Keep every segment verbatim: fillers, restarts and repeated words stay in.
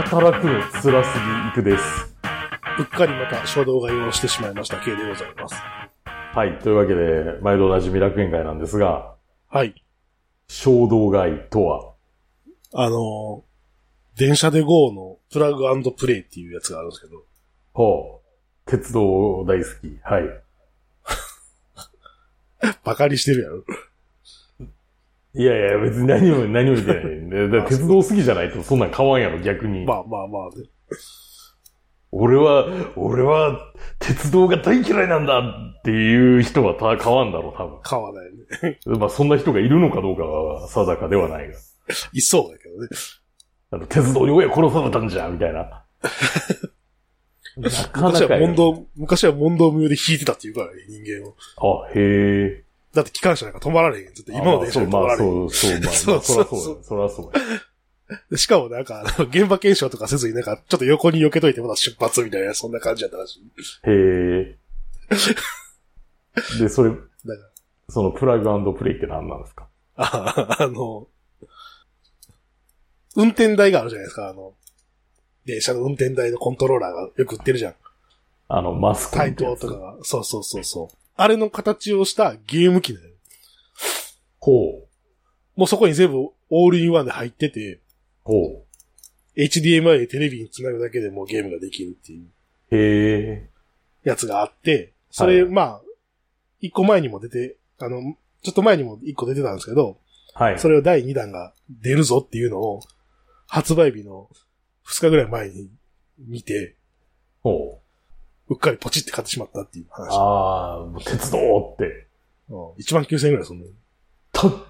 働くの辛すぎいくです。 うっかりまた衝動買いをしてしまいました K でございます。 はい。というわけで、毎度おなじみ楽園会なんですが。 はい。 衝動買いとはあの、電車で ゴー のプラグ&プレイっていうやつがあるんですけど。 ほう。鉄道大好き。はい。 バカにしてるやろ。 いやいや、別に何も、何も言ってない。だ鉄道好きじゃないとそんなん買わんやろ、逆に。 まあまあまあね。 俺は、俺は、鉄道が大嫌いなんだっていう人はた買わんだろ、多分。 買わないね。 まあ、そんな人がいるのかどうかは定かではないが。 いそうだけどね。 あの、鉄道に親殺されたんじゃん、みたいな。なかなか昔は問答、昔は問答無用で引いてたっていうからね、人間を。 あ、へえ。 だって機関車なんか止まられへん。ずっと今の電車で止まられへん。 まあ、そう、そう、まあ、そらそうだ。そらそうだ。しかもなんか、あの、現場検証とかせずになんか、ちょっと横に避けといてまた出発みたいな、そんな感じだったらしい。 へえ。で、それ、 だからそのプラグ&プレイって何なんですか？ あ、あの、運転台があるじゃないですか、あの、電車の運転台のコントローラーがよく売ってるじゃん。 あの、マスク対等とかが。そうそうそうそう。あれの形をしたゲーム機だよ。 ほう。 もうそこに全部オールインワンで入ってて、 ほう。 エイチディーエムアイ でテレビにつなぐだけでもうゲームができるっていうへえ。 やつがあって、それ、はい、まあ、一個前にも出て、あの、ちょっと前にも一個出てたんですけど、はい。それをだいにだんが出るぞっていうのを、発売日のふつかぐらい前に見て、 ほう。うっかりポチって買ってしまったっていう話。 ああ、鉄道って。 うん。いちまんきゅうせんえんぐらいそんなに。 たっ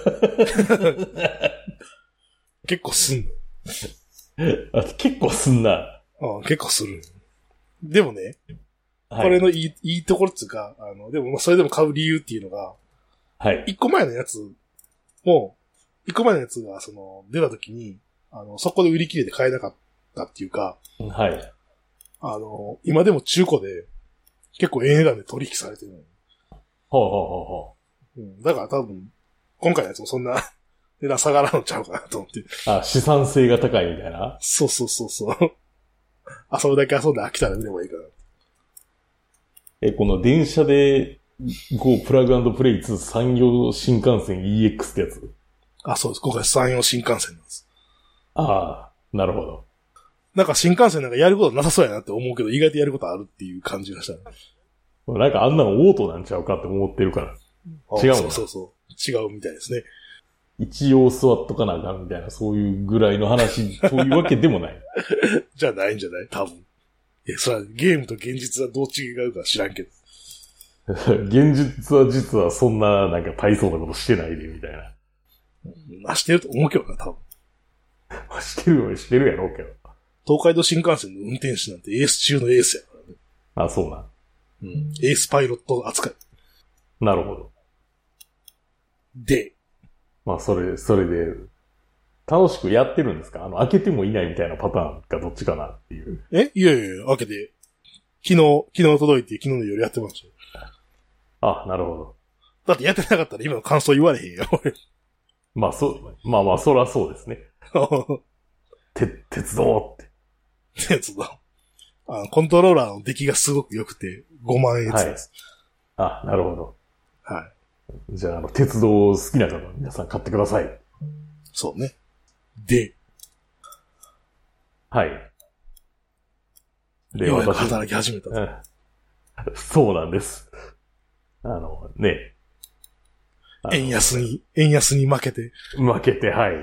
結構すんの。あ、結構すんな。 うん、結構する。でもね、 はい、 これのいい、いいところっていうか、あの、でもまあそれでも買う理由っていうのが、 はい。 一個前のやつも、一個前のやつがその、出た時に、あの、そこで売り切れて買えなかったっていうか、 はい。 あの、今でも中古で、結構ええ値段で取引されてるの。 ほうほうほうほう。うん。だから多分、今回のやつもそんな値段下がらんのちゃうかなと思って。 あ、資産性が高いみたいな。 そうそうそうそう。遊ぶだけ遊んで飽きたら売ればいいから。 え、この電車で、Go プラグ&プレイツー山陽新幹線 イーエックス ってやつ？ あ、そうです。今回山陽新幹線なんです。 ああ、なるほど。 なんか新幹線なんかやることなさそうやなって思うけど、意外とやることあるっていう感じがしたね。 なんかあんなのオートなんちゃうかって思ってるから。違うの？ そうそうそう。違うみたいですね。 一応座っとかなあかんみたいな、そういうぐらいの話、そういうわけでもない。 じゃないんじゃない？多分。いや、それはゲームと現実はどう違うか知らんけど。 現実は実はそんななんか大層なことしてないで、みたいな。 まあ、してると思うけどな、多分。 してるよ、してるやろうけど。 東海道新幹線の運転手なんてエース中のエースやからね。 あ、そうな。 うん。エースパイロット扱い。 なるほど。 で。 まあ、それ、それで、楽しくやってるんですか？あの、開けてもいないみたいなパターンかどっちかなっていう。 えいやいやいや、開けて。昨日、昨日届いて昨日の夜やってましたよ。 あ、なるほど。 だってやってなかったら今の感想言われへんよ、俺。 まあ、そう、まあまあ、そらそうですね。て、鉄道って。 鉄道。あの、コントローラーの出来がすごく良くて、ごまんえんです。 はい。あ、なるほど。 はい。 じゃあ、あの、鉄道好きな方は皆さん買ってください。 そうね。で。 はい。 で、私働き始めた、うん。 そうなんです。あの、ね。 円安に、円安に負けて。 負けて、はい。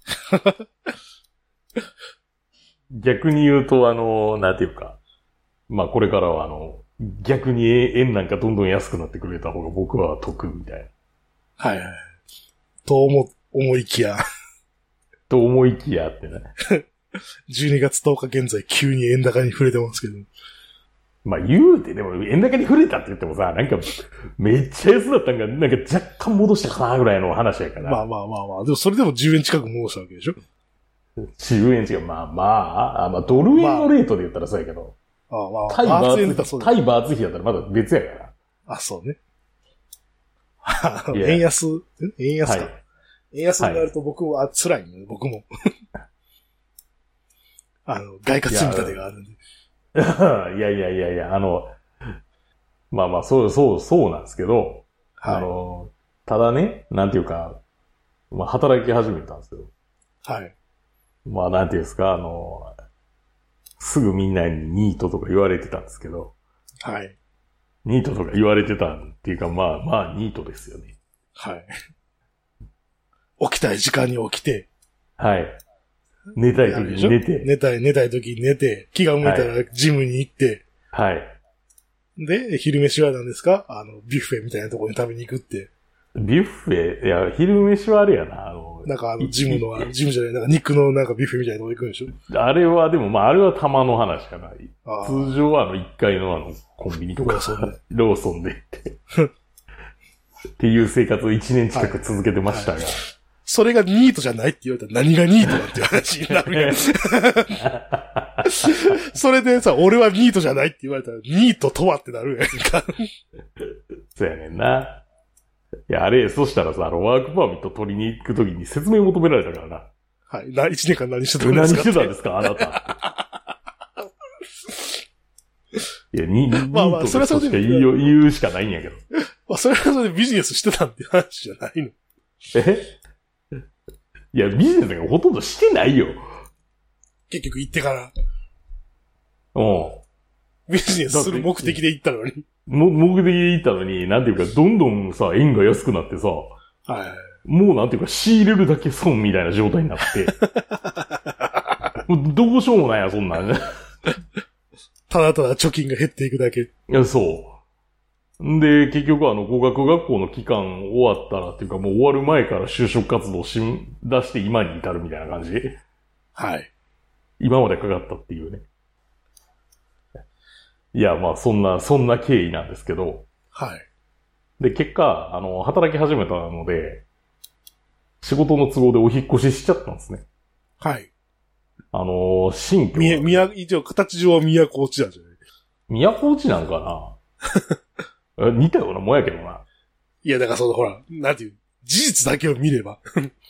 逆に言うと、あの、なんていうか。まあ、これからは、あの、逆に円なんかどんどん安くなってくれた方が僕は得みたいな。 はいはい。と思、思いきや。 と思いきやってね。 じゅうにがつとおか現在急に円高に触れてますけど。 まあ言うて、でも円高に触れたって言ってもさ、なんかめっちゃ安だったんが、なんか若干戻したかなぐらいの話やから。 まあまあまあまあ。でもそれでもじゅうえん近く戻したわけでしょ？ じゅう 円違う。まあまあ、あまあドル円のレートで言ったらそうやけど。 まあ、ああまあ、 タイバーツ、タイバーツ比だったらまだ別やから。 あ、そうね。円安、円安か。はい、円安になると僕は辛いね、僕も。 あの、外貨積み立てがあるんで。 いやいやいやいや、あの、まあまあ、そう、そう、そうなんですけど、はい、あの、ただね、なんていうか、まあ、働き始めたんですよ。 はい。 まあ、なんていうんですか、あの、すぐみんなにニートとか言われてたんですけど、 はい。 ニートとか言われてたっていうか、まあまあ、ニートですよね。 はい。起きたい時間に起きて。 はい。寝たい時に寝て。 寝たい、寝たい時に寝て、気が向いたらジムに行って。 はい。 で、昼飯は何ですか？あの、ビュッフェみたいなところに食べに行くって。 ビュッフェいや、昼飯はあれやな、あの、 なんかあの、ジムの、ジムじゃない、なんか肉のなんかビュッフェみたいなとこ行くんでしょ？ あれは、でもまあ、あれはたまの話じゃない。通常はあの、いっかいのあの、コンビニとか、ローソンで。ローソンでって。っていう生活をいちねん近く続けてましたが。はいはい、 それがニートじゃないって言われたら何がニートだっていう話になるやん。それでさ、俺はニートじゃないって言われたら、ニートとはってなるやんか。 そうやねんな。いや、あれ、そしたらさ、あの、ワークパーミット取りに行くときに説明求められたからな。 はい。な、一年間何してたんですか？ 何してたんですかあなた。いや、に、まあまあ、それはそれで言う、言うしかないんやけど。 まあ、それはそれでビジネスしてたって話じゃないの。 えいや、ビジネスがほとんどしてないよ。 結局行ってから。 うん。 ビジネスする目的で行ったのに。 も、目的で行ったのに、なんていうか、どんどんさ、円が安くなってさ、はい。もうなんていうか、仕入れるだけ損みたいな状態になって。もうどうしようもないや、そんなん。 ただただ貯金が減っていくだけ。 いや、そう。んで、結局あの、語学学校の期間終わったらっていうか、もう終わる前から就職活動し、出して今に至るみたいな感じ。 はい。 今までかかったっていうね。いや、まあ、そんな、そんな経緯なんですけど。 はい。 で、結果、あの、働き始めたので、仕事の都合でお引っ越ししちゃったんですね。 はい。 あの、新居。 み、みや、一応、形上は宮古内なんじゃない？ 宮古内なんかな似たようなもんやけどな。 いや、だからその、ほら、なんていう、事実だけを見れば。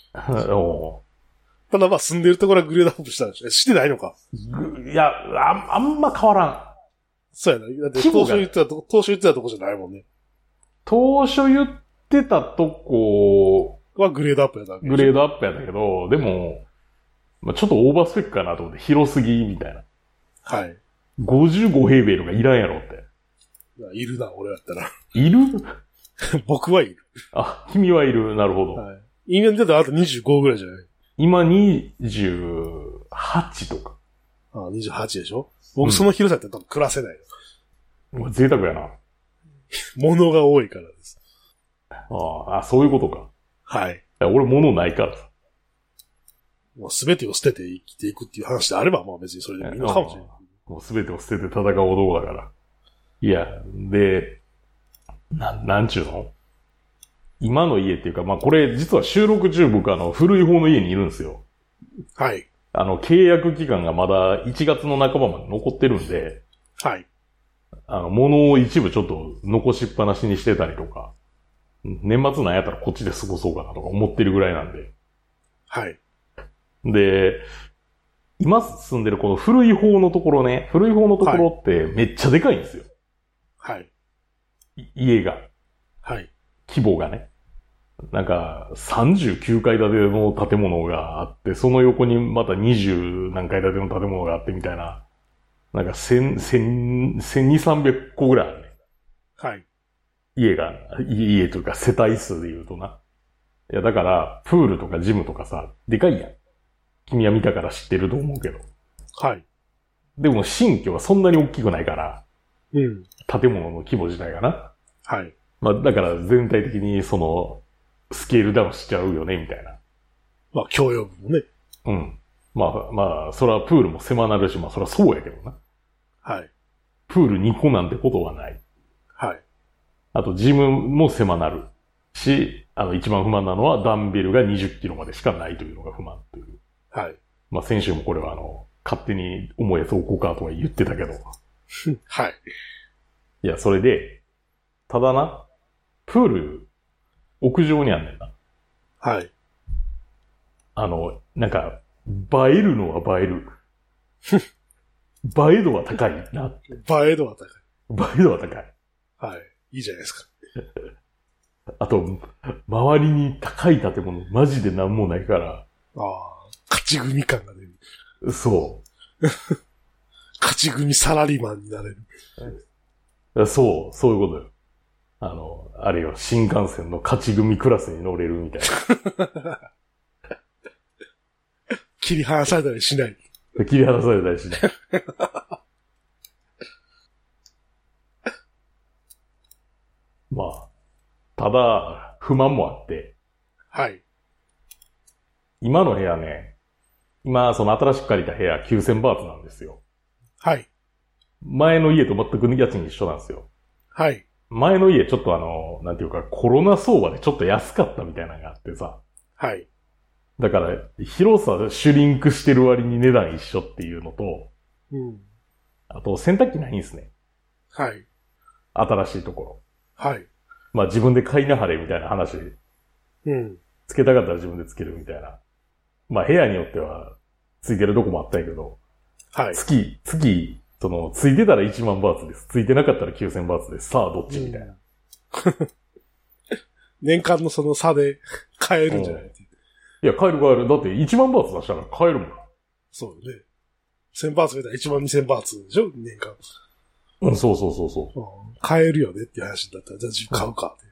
ただまあ、住んでるところはグレードアップしたんでしょ？してないのか？ いや、あ、あんま変わらん。 そうやな。だって当初言ってたとこ、当初言ってたとこじゃないもんね。 当初言ってたとこはグレードアップやったわけ。 グレードアップやったけど、でも、まあ、ちょっとオーバースペックかなと思って、広すぎみたいな。 はい。 ごじゅうご平米とかいらんやろって。 いるな、俺やったら。 いる僕はいる。 あ、君はいる。なるほど。 はい。今出たらあとにじゅうごぐらいじゃない？ 今にじゅうはちとか。 ああ、にじゅうはちでしょ？僕その広さやったら多分暮らせないよ。うん、贅沢やな。 物が多いからです。 ああ、そういうことか。 はい。 俺物ないからさ。 もう全てを捨てて生きていくっていう話であれば、まあ別にそれでもいいのかもしれない。 もう全てを捨てて戦う男だから。いや、で、な、なんちゅうの？今の家っていうか、まあこれ実は収録中僕あの古い方の家にいるんですよ。 はい。 あの契約期間がまだいちがつの半ばまで残ってるんで。 はい。 あの、物を一部ちょっと残しっぱなしにしてたりとか、年末なんやったらこっちで過ごそうかなとか思ってるぐらいなんで。 はい。 で、今住んでるこの古い方のところね、古い方のところってめっちゃでかいんですよ。 はい。 家が。 はい。 規模がね。なんか、さんじゅうきゅうかい建ての建物があって、その横にまたにじゅう何階建ての建物があってみたいな。なんか、千、千、千二三百個ぐらいあるね。 はい。 家が、家というか世帯数で言うとな。いや、だから、プールとかジムとかさ、でかいやん。君は見たから知ってると思うけど。 はい。 でも、新居はそんなに大きくないから。 うん。 建物の規模自体がな。 はい。 まあ、だから全体的にその、スケールダウンしちゃうよね、みたいな。 まあ、共用部もね。 うん。まあ、まあ、それはプールも狭なるし、まあ、それはそうやけどな。 はい。 プールにこなんてことはない。 はい。 あと、ジムも狭なるし、あの、一番不満なのはダンベルがにじゅっキロまでしかないというのが不満という。 はい。 まあ、先週もこれはあの、勝手に重いやつ置こうかとは言ってたけど。 はい。 いや、それで、ただな、プール、屋上にあんねんな。 はい。 あの、なんか、映えるのは映える。 映え度は高いな。 映え度は高い。映え度は高い。 はい。いいじゃないですか。 あと、周りに高い建物、マジでなんもないから。ああ、勝ち組感が出る。そう。 勝ち組サラリーマンになれる。そう、そういうことよ。あの、あれよ、新幹線の勝ち組クラスに乗れるみたいな。 切り離されたりしない。 切り離されたりしない。まあ、ただ、不満もあって。 はい。 今の部屋ね、今、その新しく借りた部屋きゅうせんバーツなんですよ。 はい。 前の家と全く家賃一緒なんですよ。 はい。 前の家ちょっとあの、なんていうかコロナ相場でちょっと安かったみたいなのがあってさ。 はい。 だから、広さシュリンクしてる割に値段一緒っていうのと、 うん。 あと洗濯機ないんですね。 はい。 新しいところ。 はい。 まあ自分で買いなはれみたいな話。 うん。 つけたかったら自分でつけるみたいな。まあ部屋によっては、ついてるとこもあったんやけど、 はい。 月、月、その、ついてたらいちまんバーツです。ついてなかったらきゅうせんバーツです。さあ、どっちみたいな。 うん、年間のその差で買えるんじゃない、うん、いや、買える買える。だっていちまんバーツ出したら買えるもん。 そうね。せんバーツ見たらいちまんにせんバーツでしょ年間。 うん、そうそうそうそう、 うん。買えるよねっていう話だったら、じゃあ自分買うかって。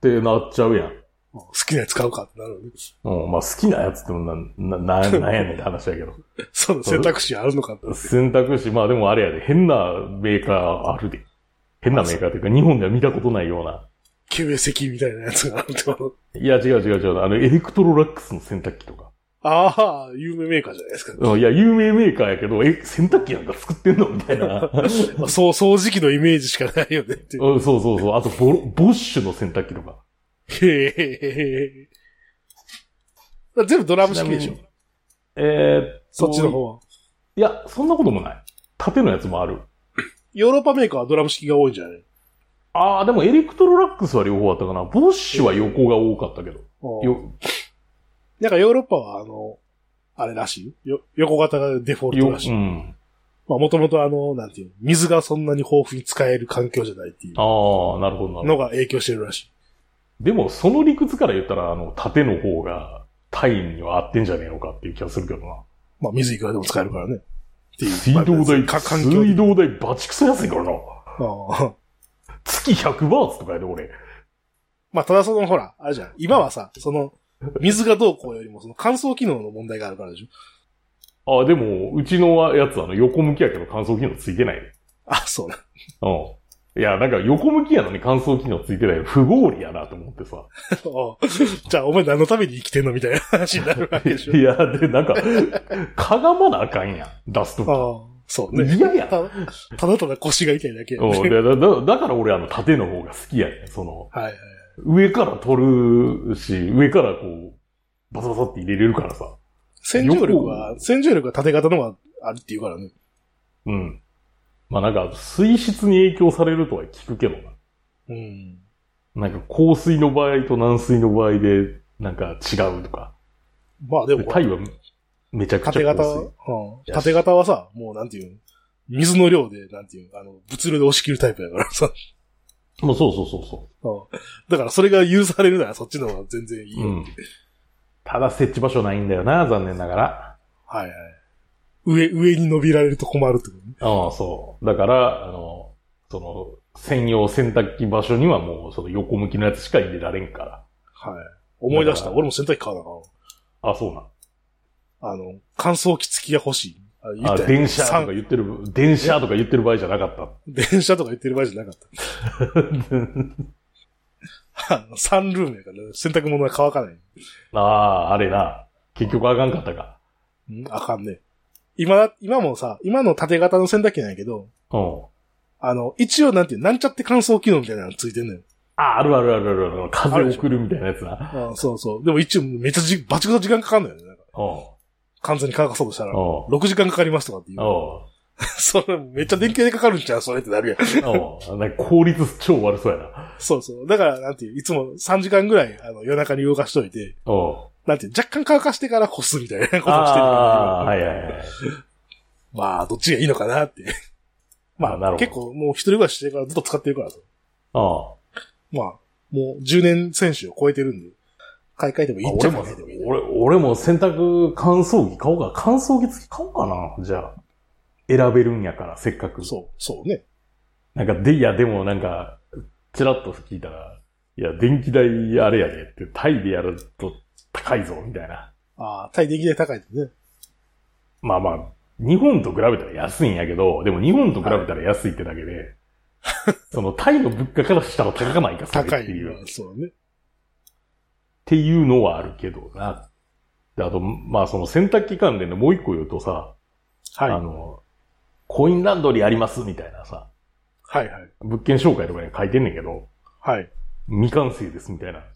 ってなっちゃうやん。 好きなやつ買うかってなるよね。 うん、まあ好きなやつってもな、な、な、なんやねんって話やけど。 その選択肢あるのかって。 選択肢、まあでもあれやで、変なメーカーあるで。変なメーカーっていうか、日本では見たことないような。 救命石みたいなやつがあるってこと？ いや、違う違う違う。あの、エレクトロラックスの洗濯機とか。 ああ、有名メーカーじゃないですか。 うん、いや、有名メーカーやけど、え、洗濯機なんか作ってんのみたいな。 そう、掃除機のイメージしかないよねっていう。 うん、そうそうそう。あとボ、ボッシュの洗濯機とか。 へえ。全部ドラム式でしょ？ えー、 そっちの方は。 いや、そんなこともない。縦のやつもある。 ヨーロッパメーカーはドラム式が多いんじゃない？ ああ、でもエレクトロラックスは両方あったかな。ボッシュは横が多かったけど。よなんかヨーロッパはあの、あれらしいよ。横型がデフォルトらしい。うん。まあもともとあの、なんていうの、水がそんなに豊富に使える環境じゃないっていう。 ああ、なるほどなるほど。 のが影響してるらしい。 でもその理屈から言ったら、あの、縦の方がタイには合ってんじゃねえのかっていう気がするけどな。 まあ水いくらでも使えるからね。っていう。 水道代、まあ、水道代バチクソ安いからな。ああ。 月ひゃくバーツとかやで、俺。 まあ、ただその、ほら、あれじゃん。今はさ、その、水がどうこうよりも、その乾燥機能の問題があるからでしょ。ああ、でも、うちのやつあの、横向きやけど乾燥機能ついてないで。 あ、そうな。 うん。いや、なんか横向きやのに乾燥機能ついてないの不合理やなと思ってさ。 じゃあ、お前何のために生きてんのみたいな話になるわけでしょ。 いや、で、なんか、かがまなあかんやん。出すとき。 ああ。そうね。 いやいや。 ただただ腰が痛いだけや、ね。 だだだから俺あの縦の方が好きやねん。その、 はいはい、 上から取るし、上からこう、バサバサって入れれるからさ。 洗浄力は、洗浄力は縦型の方があるって言うからね。 うん。まあなんか、水質に影響されるとは聞くけどな。 うん。 なんか、硬水の場合と軟水の場合で、なんか違うとか。 まあでも。 タイはめちゃくちゃ硬水。 縦型は、うん、縦型はさ、もうなんていうの、水の量で、なんていうの、あの、物量で押し切るタイプやからさ。 もうそうそうそうそう。 うん。だからそれが許されるならそっちの方が全然いいよ、 うん。ただ設置場所ないんだよな、残念ながら。 はいはい。上、上に伸びられると困るってことね。 ああ、そう。だから、あの、その、専用洗濯機場所にはもう、その横向きのやつしか入れられんから。 はい。思い出した。俺も洗濯機買わなあ。 あ、そうな。 あの、乾燥機付きが欲しい。 あ、言ったあ、電車とか言ってる、電車とか言ってる場合じゃなかった。 電車とか言ってる場合じゃなかった。あの、サンルームやから、洗濯物が乾かない。 ああ、あれな。結局あかんかったか。 うん、あかんね。今、今もさ、今の縦型の洗濯機なんやけど、 うん。 あの、一応なんていう、なんちゃって乾燥機能みたいなのついてんのよ。 あ、あるあるあるあるある。風送るみたいなやつな。 ああ、そうそう。でも一応めっちゃじ、バチクソ時間かかんのよね。なんかうん。 完全に乾かそうとしたら、ろくじかんかかりますとかっていう。それ、めっちゃ電気代かかるんちゃうそれってなるやん。 なんか効率超悪そうやな。 そうそう。だから、なんていう、いつもさんじかんぐらい、あの、夜中に動かしといて、なんていう、若干乾かしてから干すみたいなことをしてる。 ああ、はいはいはい。 まあ、どっちがいいのかなって。まあ、なるほど。結構もう一人暮らししてからずっと使ってるからと。 ああ。 まあ、もうじゅうねん選手を超えてるんで、買い替えてもいいんじゃないでもいい、ね。 俺も、俺も洗濯乾燥機買おうか。乾燥機付き買おうかな。じゃあ。選べるんやから、せっかく。 そう、そうね。 なんか、で、いや、でもなんか、ちらっと聞いたら、いや、電気代あれやでって、タイでやると高いぞ、みたいな。 ああ、タイ電気代高いってね。 まあまあ、日本と比べたら安いんやけど、でも日本と比べたら安いってだけで、はい、そのタイの物価からしたら高かないか、それっていう。 高い、そうね。 っていうのはあるけどな。で、あと、まあその洗濯機関連でもう一個言うとさ、はい。あの、コインランドリーありますみたいなさ。 はいはい。 物件紹介とかに書いてんねんけど。 はい。 未完成ですみたいな。い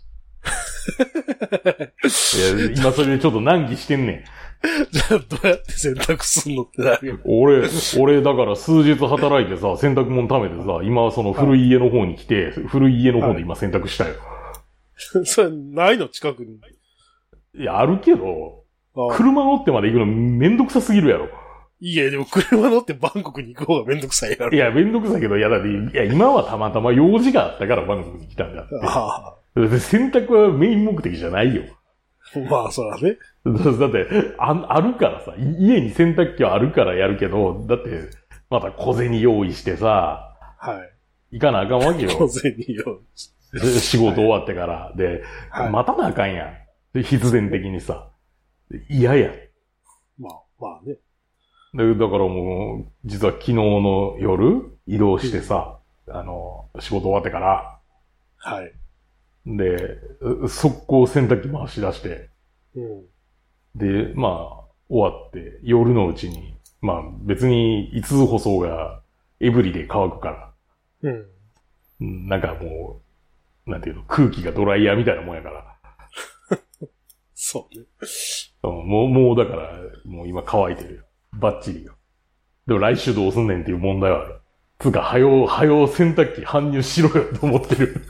や、今それでちょっと難儀してんねん。 じゃあどうやって洗濯すんのってなるよ。 俺、俺だから数日働いてさ、洗濯物貯めてさ、今はその古い家の方に来て、はい、古い家の方で今洗濯したよ。 はい、それないの近くに。 いや、あるけど、車乗ってまで行くのめんどくさすぎるやろ。 いや、でも車乗ってバンコクに行く方がめんどくさいやろ。 いや、めんどくさいけど、いや、だって、いや、今はたまたま用事があったからバンコクに来たんだって。ああ。洗濯はメイン目的じゃないよ。 まあ、そらね。 だってあ、あるからさ、家に洗濯機はあるからやるけど、だって、また小銭用意してさ、 はい。 行かなあかんわけよ。 小銭用意して。 仕事終わってから。で、はい、待たなあかんやん。必然的にさ。嫌や。 まあ、まあね。 で、だからもう、実は昨日の夜、移動してさ、うん、あの、仕事終わってから、 はい。 で、速攻洗濯機回し出して、 うん、 で、まあ、終わって、夜のうちに、まあ別にいつ舗装がエブリで乾くから、うん。なんかもう、なんていうの、空気がドライヤーみたいなもんやから。 そうね。 もう、もうだから、もう今乾いてるよ。バッチリよ。でも来週どうすんねんっていう問題はある。つうか、はよ、はよ洗濯機搬入しろよと思ってる。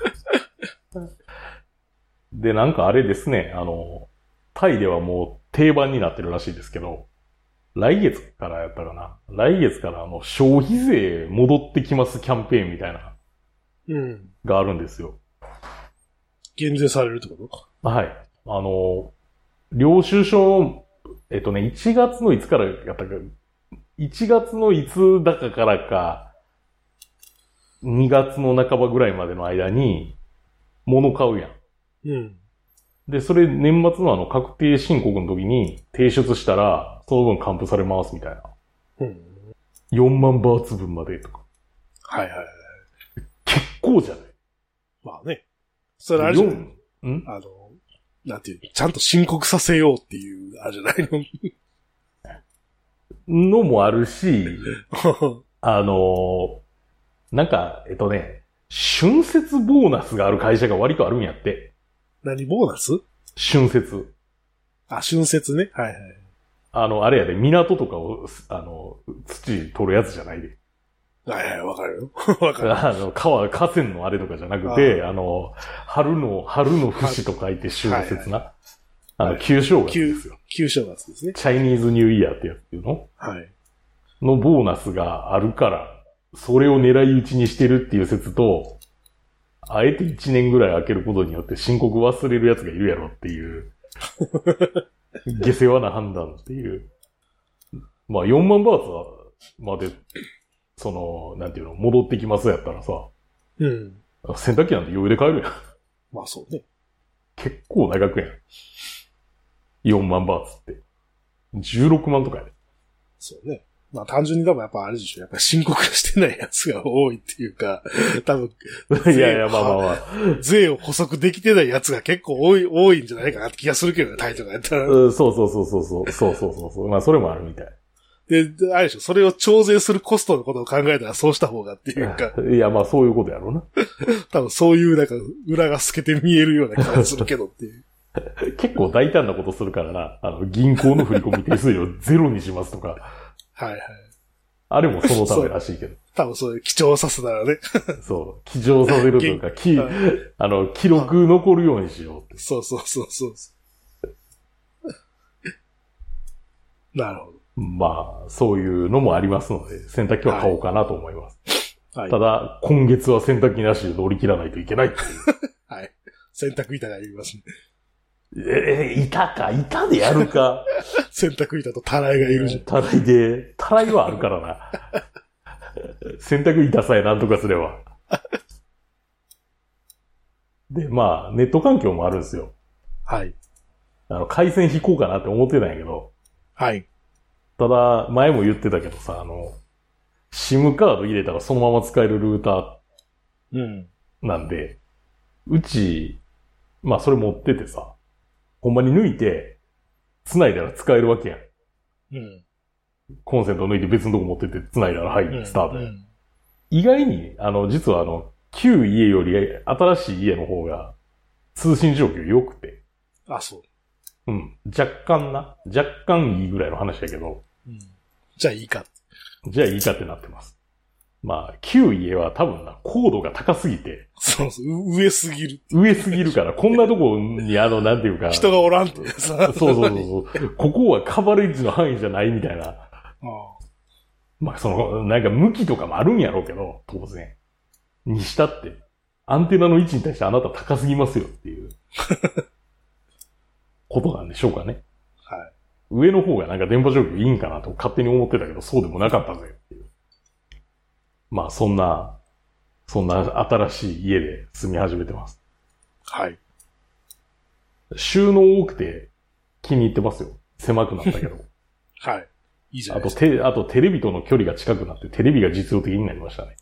で、なんかあれですね、あの、タイではもう定番になってるらしいですけど、来月からやったかな。来月からあの、消費税戻ってきますキャンペーンみたいな、 うん。があるんですよ。 減税されるってこと？ はい。あの、領収書、えっとね、いちがつのいつからやったか、いちがつのいつだかからか、にがつの半ばぐらいまでの間に、物買うやん。 うん。 で、それ年末のあの確定申告の時に提出したら、その分還付されますみたいな。 うん。 よんまんバーツ分までとか。 はいはいはい。 結構じゃない？ まあね。それあれじゃない？んあの、なんていう、ちゃんと申告させようっていう、あれじゃないののもあるし、あの、なんか、えっとね、春節ボーナスがある会社が割とあるんやって。 何ボーナス？ 春節。 あ、春節ね。はいはい。 あの、あれやで、港とかを、あの、土取るやつじゃないで。 はいはい、わかるよ。わかる。 あの、川、河川のあれとかじゃなくて、あ, あの、春の、春の節と書いて春節な。はいはい、あの、旧正月ですよ。 旧正月ですね。 チャイニーズニューイヤーってやつっていうの？ はい。 のボーナスがあるから、それを狙い撃ちにしてるっていう説と、あえていちねんぐらい空けることによって申告忘れるやつがいるやろっていう、下世話な判断っていう。まあよんまんバーツはまで、その、なんていうの、戻ってきますやったらさ、 うん。 洗濯機なんて余裕で買えるやん。 まあそうね。 結構長くやん。よんまんバーツって。じゅうろくまんとかやで。 そうね。まあ単純に多分やっぱあれでしょ。やっぱ申告してないやつが多いっていうか、多分。 いやいや、まあまあまあ。 税を補足できてないやつが結構多い、多いんじゃないかなって気がするけどね、タイとかやったら。 うん、そうそうそうそうそう。そうそうそうそう。まあそれもあるみたい。 で、あれでしょ。それを徴税するコストのことを考えたらそうした方がっていうか。 いや、まあそういうことやろうな。 多分そういうなんか裏が透けて見えるような気がするけどっていう。 結構大胆なことするからな。あの、銀行の振込手数料ゼロにしますとか。 はいはい。 あれもそのためらしいけど。 多分そういう記帳させたらね。 そう。記帳させるとか、き、あの、記録残るようにしようって。 そうそうそうそう。なるほど。 まあ、そういうのもありますので、洗濯機は買おうかなと思います。はい、ただ、今月は洗濯機なしで乗り切らないといけないっていう。 はい。洗濯板がいりますね。 えー、板か、板でやるか。 洗濯板とたらいがいるじゃん。 たらいで、たらいはあるからな。洗濯板さえなんとかすれば。で、まあ、ネット環境もあるんですよ。 はい。 あの、回線引こうかなって思ってたんやけど。 はい。 ただ、前も言ってたけどさ、あの、SIM カード入れたらそのまま使えるルーター。うん。なんで、うち、まあそれ持っててさ、ほんまに抜いて、繋いだら使えるわけやん。うん。コンセント抜いて別のとこ持ってって繋いだらはい、うん、スタートや、うん。意外に、あの、実はあの、旧家より新しい家の方が通信状況良くて。 あ、そう。 うん。若干な。若干いいぐらいの話やけど。 うん。じゃあいいか。 じゃあいいかってなってます。まあ、旧家は多分な、高度が高すぎて。 そうそう、上すぎる。 上すぎるから、こんなとこにあの、なんていうか。 人がおらんって。 そうそうそうそう。ここはカバレッジの範囲じゃないみたいな。ああまあ、その、なんか向きとかもあるんやろうけど、当然。にしたって、アンテナの位置に対してあなた高すぎますよっていう。ことなんでしょうかね。はい。上の方がなんか電波状況いいんかなと勝手に思ってたけど、そうでもなかったぜっていう。まあそんな、そんな新しい家で住み始めてます。 はい。 収納多くて気に入ってますよ。狭くなったけど。 はい。いいじゃないですか。あとテ、あとテレビとの距離が近くなってテレビが実用的になりましたね。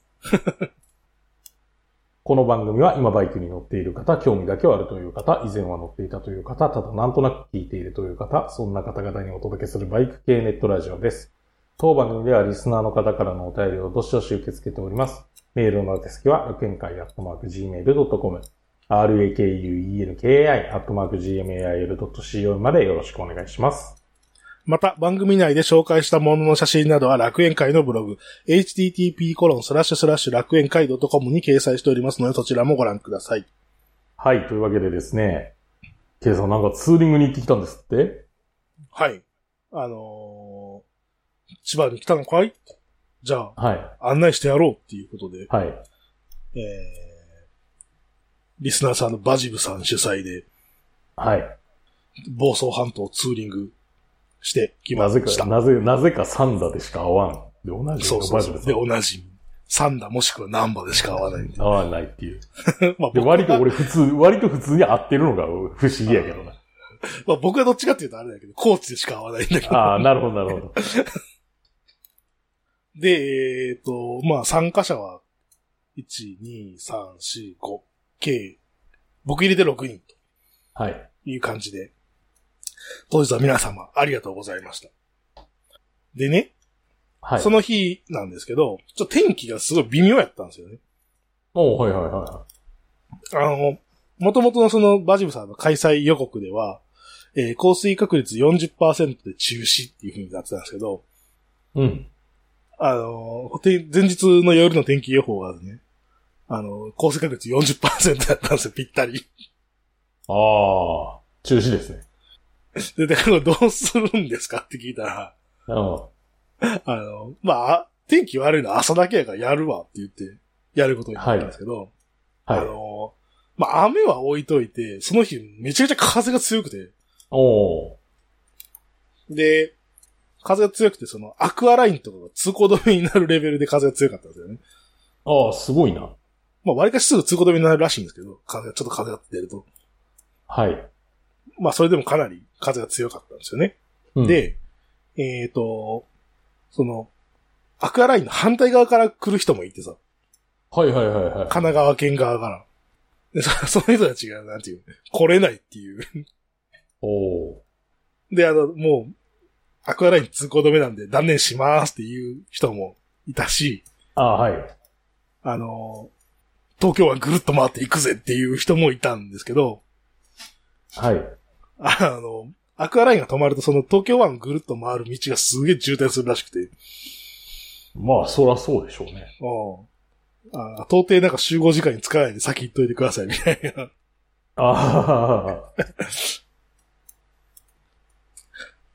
この番組は今バイクに乗っている方、興味だけはあるという方、以前は乗っていたという方、ただなんとなく聞いているという方、そんな方々にお届けするバイク系ネットラジオです。当番組ではリスナーの方からのお便りをどしどし受け付けております。メールの宛先は、楽園会アットマークジーメールドットコム、ラクエンカイ アットマークジーメールドットシーオー までよろしくお願いします。 また、番組内で紹介したものの写真などは楽園会のブログ、エイチティーティーピーコロンスラッシュスラッシュ楽園会ドットコム に掲載しておりますので、そちらもご覧ください。 はい、というわけでですね、ケイさんなんかツーリングに行ってきたんですって？ はい。あのー、千葉に来たのかい？じゃあ、はい、案内してやろうっていうことで、はい。えー、リスナーさんのバジブさん主催で、はい。房総半島ツーリングしてきました。 なぜか、なぜ、なぜかサンダでしか合わん。で、同じそうそうそう。で、同じ。サンダもしくはナンバでしか合わないんで。 合わないっていう。まあ、で割と俺普通、割と普通に合ってるのが不思議やけどな。 まあ僕はどっちかっていうとあれだけど、高知でしか合わないんだけど。 ああ、なるほど、なるほど。 で、えっ、ー、と、まあ参加者は、いち、に、さん、よん、ご、計、僕入れてろくにんと。はい。いう感じで。当日は皆様ありがとうございました。でね、はい、その日なんですけど、ちょっと天気がすごい微妙やったんですよね。 おはいはいはい。 あの、元々のそのバジブさんの開催予告では、えー、降水確率 よんじゅっパーセント で中止っていう風になってたんですけど、うん。あの、前日の夜の天気予報がね、あの、降水確率 よんじゅっパーセント だったんですよ、ぴったり。 ああ、中止ですね。 で、だからどうするんですかって聞いたら、あの、まあ、天気悪いのは朝だけやからやるわって言って、やることになったんですけど、はい。あの、まあ、雨は置いといて、その日めちゃくちゃ風が強くて、おで、風が強くて、そのアクアラインとかが通行止めになるレベルで風が強かったんですよね。 ああ、すごいな。 まあ、割かしすぐ通行止めになるらしいんですけど、風が、ちょっと風が出ると。はい。まあ、それでもかなり風が強かったんですよね。うん、で、えっ、ー、と、その、アクアラインの反対側から来る人もいてさ。 はいはいはいはい。 神奈川県側から。で、そ, その人たちが、なんていう、来れないっていう。おー。で、あの、もう、アクアライン通行止めなんで断念しますっていう人もいたし。 ああ、はい。 あの、東京湾ぐるっと回っていくぜっていう人もいたんですけど。はい。あの、アクアラインが止まるとその東京湾ぐるっと回る道がすげえ渋滞するらしくて。 まあ、そらそうでしょうね。 ああ、到底なんか集合時間に使わないで先行っといてくださいみたいな。ああ。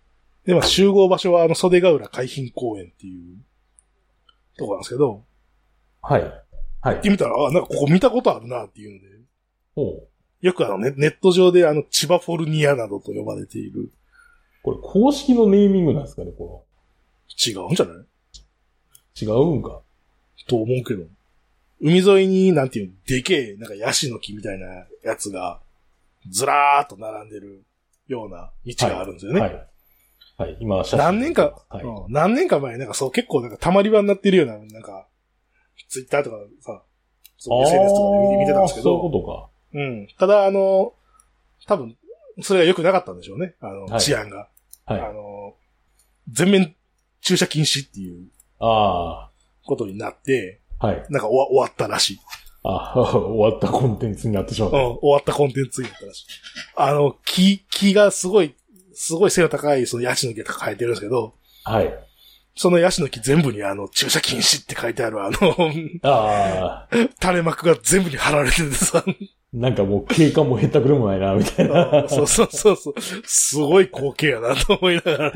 で、まあ集合場所はあの袖ヶ浦海浜公園っていうとこなんですけど。 はい。はい。 行ってみたら、あ、なんかここ見たことあるなっていうので。 ほう。 よくあのネ、ネット上であの千葉フォルニアなどと呼ばれている。 これ公式のネーミングなんですかね、この。違うんじゃない？ 違うんか。 と思うけど。海沿いに、なんていうの、でけえ、なんかヤシの木みたいなやつが、ずらーっと並んでるような道があるんですよね。はい。はい。はい、今、写真。何年か、はい、うん、何年か前、なんかそう結構なんか溜まり場になってるような、なんか、ツイッターとかさ、そう エスエヌエス とかで見て見てたんですけど。 そういうことか。 うん。ただ、あの、多分、それが良くなかったんでしょうね。あの、はい、治安が。はい。あの、全面駐車禁止っていう、ああ。ことになって、はい。なんか終わ終わったらしい。 ああ、終わったコンテンツになってしまった。 うん、終わったコンテンツになったらしい。あの、木、木がすごい、すごい背の高い、そのヤシの木が生えてるんですけど、はい。そのヤシの木全部にあの、駐車禁止って書いてあるあの、ああ。垂れ幕が全部に貼られててさ。 なんかもう景観もへったくれもないな、みたいな。 そうそうそうそう。すごい光景やな、と思いながら。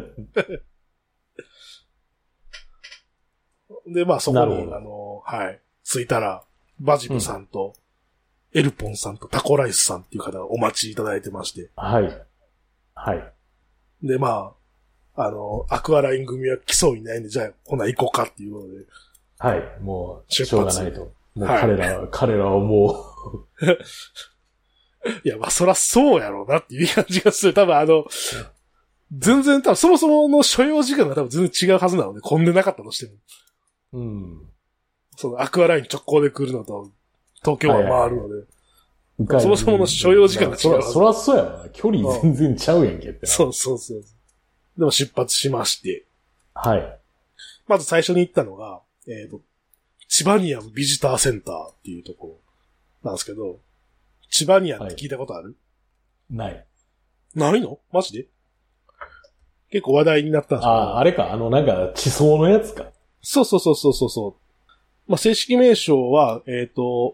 で、まあそこに、あの、はい。着いたら、バジブさんと、うん、エルポンさんとタコライスさんっていう方がお待ちいただいてまして。 はい。はい。 で、まあ、あの、アクアライン組は来そうにないんで、じゃあ、ほな行こうかっていうことで。 はい。もう、しょうがないと。もう彼ら、はい、彼らはもう。 いや、まあ、そらそうやろうなっていう感じがする。多分あの、全然多分そもそもの所要時間が多分全然違うはずなので、混んでなかったとしても。うん。そのアクアライン直行で来るのと、東京は回るので。はいはい、そもそもの所要時間が違うはず。 そらそうやな。距離全然ちゃうやんけってな。 そうそうそう。でも出発しまして。 はい。 まず最初に行ったのが、えっと、チバニアムビジターセンターっていうところなんですけど、チバニアンって聞いたことある？はい、 ない。 ないの？マジで？結構話題になったんですか？ああ、あれか。あの、なんか、地層のやつか。 そうそうそうそうそう。まあ、正式名称は、えっと、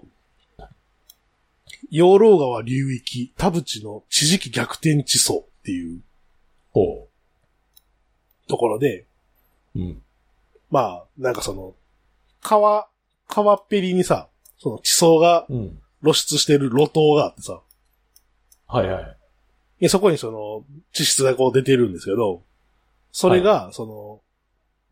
養老川流域田淵の地磁気逆転地層っていう、ほう。ところで、うん。まあ、なんかその、川、川っぺりにさ、その地層が露出してる露頭があってさ、 うん、はいはい。 で、そこにその、地質がこう出てるんですけど、それが、その、はい、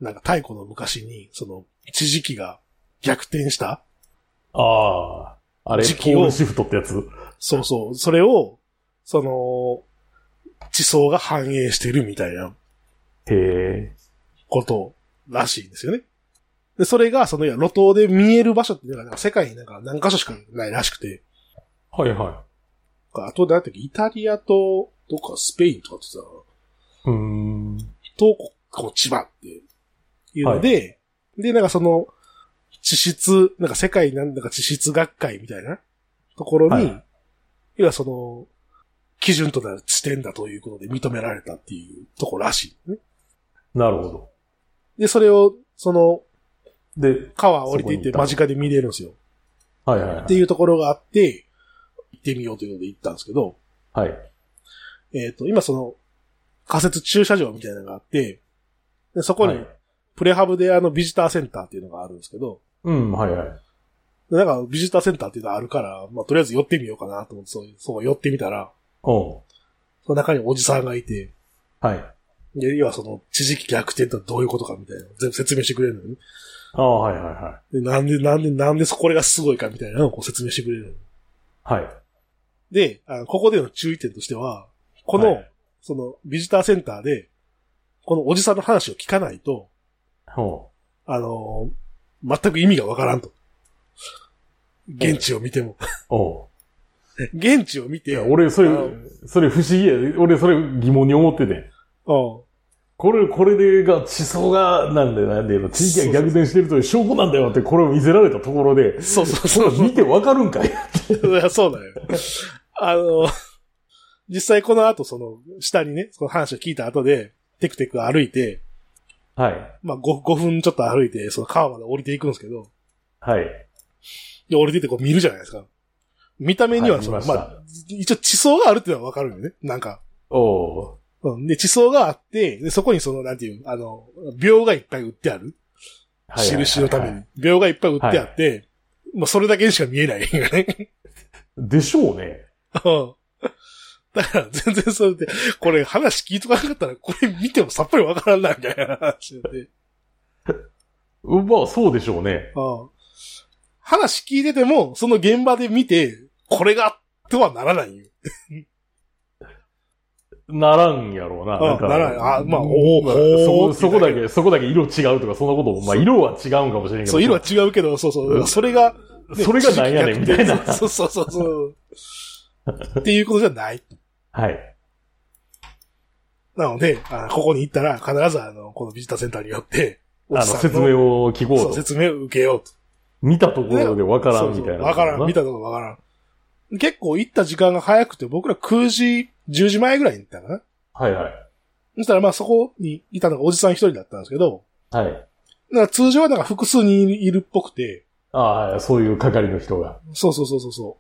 なんか太古の昔に、その、地磁気が逆転した。 ああ、あれ、ポールシフトってやつ？ そうそう。それを、その、地層が反映してるみたいな。 へえ。 ことらしいんですよね。で、それが、その、露頭で見える場所っていうのが、世界になんか何箇所しかないらしくて。 はいはい。 あと、だってイタリアと、どっかスペインとかってさ、うーん。と、こう、千葉っていうので、はい、で、なんかその、地質、なんか世界なんだか地質学会みたいなところに、はい、要はその、基準となる地点だということで認められたっていうところらしい、ね。 なるほど。 で、それを、その、で、川降りていって間近で見れるんですよ。 はいはいはい。 っていうところがあって、行ってみようというので行ったんですけど、 はい。 えっと、今その、仮設駐車場みたいなのがあって、でそこに、プレハブであのビジターセンターっていうのがあるんですけど、 うん、はいはい。 でなんかビジターセンターっていうのがあるから、まあとりあえず寄ってみようかなと思って、そう、そう寄ってみたら、おう。その中におじさんがいて、 はい。 で、要はその、地磁気逆転とはどういうことかみたいな全部説明してくれるのね。 ああ、はいはいはい。 で、なんで、なんで、なんでこれがすごいかみたいなのをこう説明してくれるの。 はい。 で、あのここでの注意点としては、この、はい、その、ビジターセンターで、このおじさんの話を聞かないと、ほう。あの、全く意味がわからんと。現地を見ても。おう。現地を見て。いや、俺、それ、それ不思議や。俺、それ疑問に思ってて。おう。これ、これでが、地層が、なんで、なんで、地域が逆転してるという証拠なんだよって、これを見せられたところで。 そうそうそうそう。 見てわかるんかい。 いや、そうだよ。あの、実際この後、その、下にね、その話を聞いた後で、テクテク歩いて、はい。まあ5、ごふんちょっと歩いて、その川まで降りていくんですけど、はい。で、降りててこう見るじゃないですか。見た目にはその、はい、ま, まあ、一応地層があるっていうのはわかるよね。なんか。おー。 うん。で、地層があって、で、そこにその、なんていう、あの、秒がいっぱい売ってある。印のために。秒がいっぱい売ってあって、はい、もうそれだけにしか見えないよね。 でしょうね。 うん。だから全然それで、これ話聞いとかなかったら、これ見てもさっぱりわからんないみたいな話で。 まあ、そうでしょうね。 うん。話聞いてても、その現場で見て、これが、とはならないよ。 ならんやろうな。なんかならん。あ、まあ、おまあ、そこ、そこだけ、そこだけ色違うとか、そんなことも、まあ、色は違うんかもしれんけど。 そう、色は違うけど、そうそう。それが、 ね、それがなんやねん、みたいな。 そうそうそうそう。っていうことじゃない。 はい。 なので、あここに行ったら、必ずあの、このビジターセンターによって、 あの、説明を聞こうと。 そう、説明を受けようと。 見たところでわからんみたいな。 わからん、見たところわからん。結構行った時間が早くて、僕らくじ、じゅうじまえぐらいに行ったかな。 はいはい。 そしたらまあそこにいたのがおじさん一人だったんですけど、 はい。 だから通常はなんか複数人いるっぽくて。 ああ、はい、そういう係の人が。 そうそうそうそう。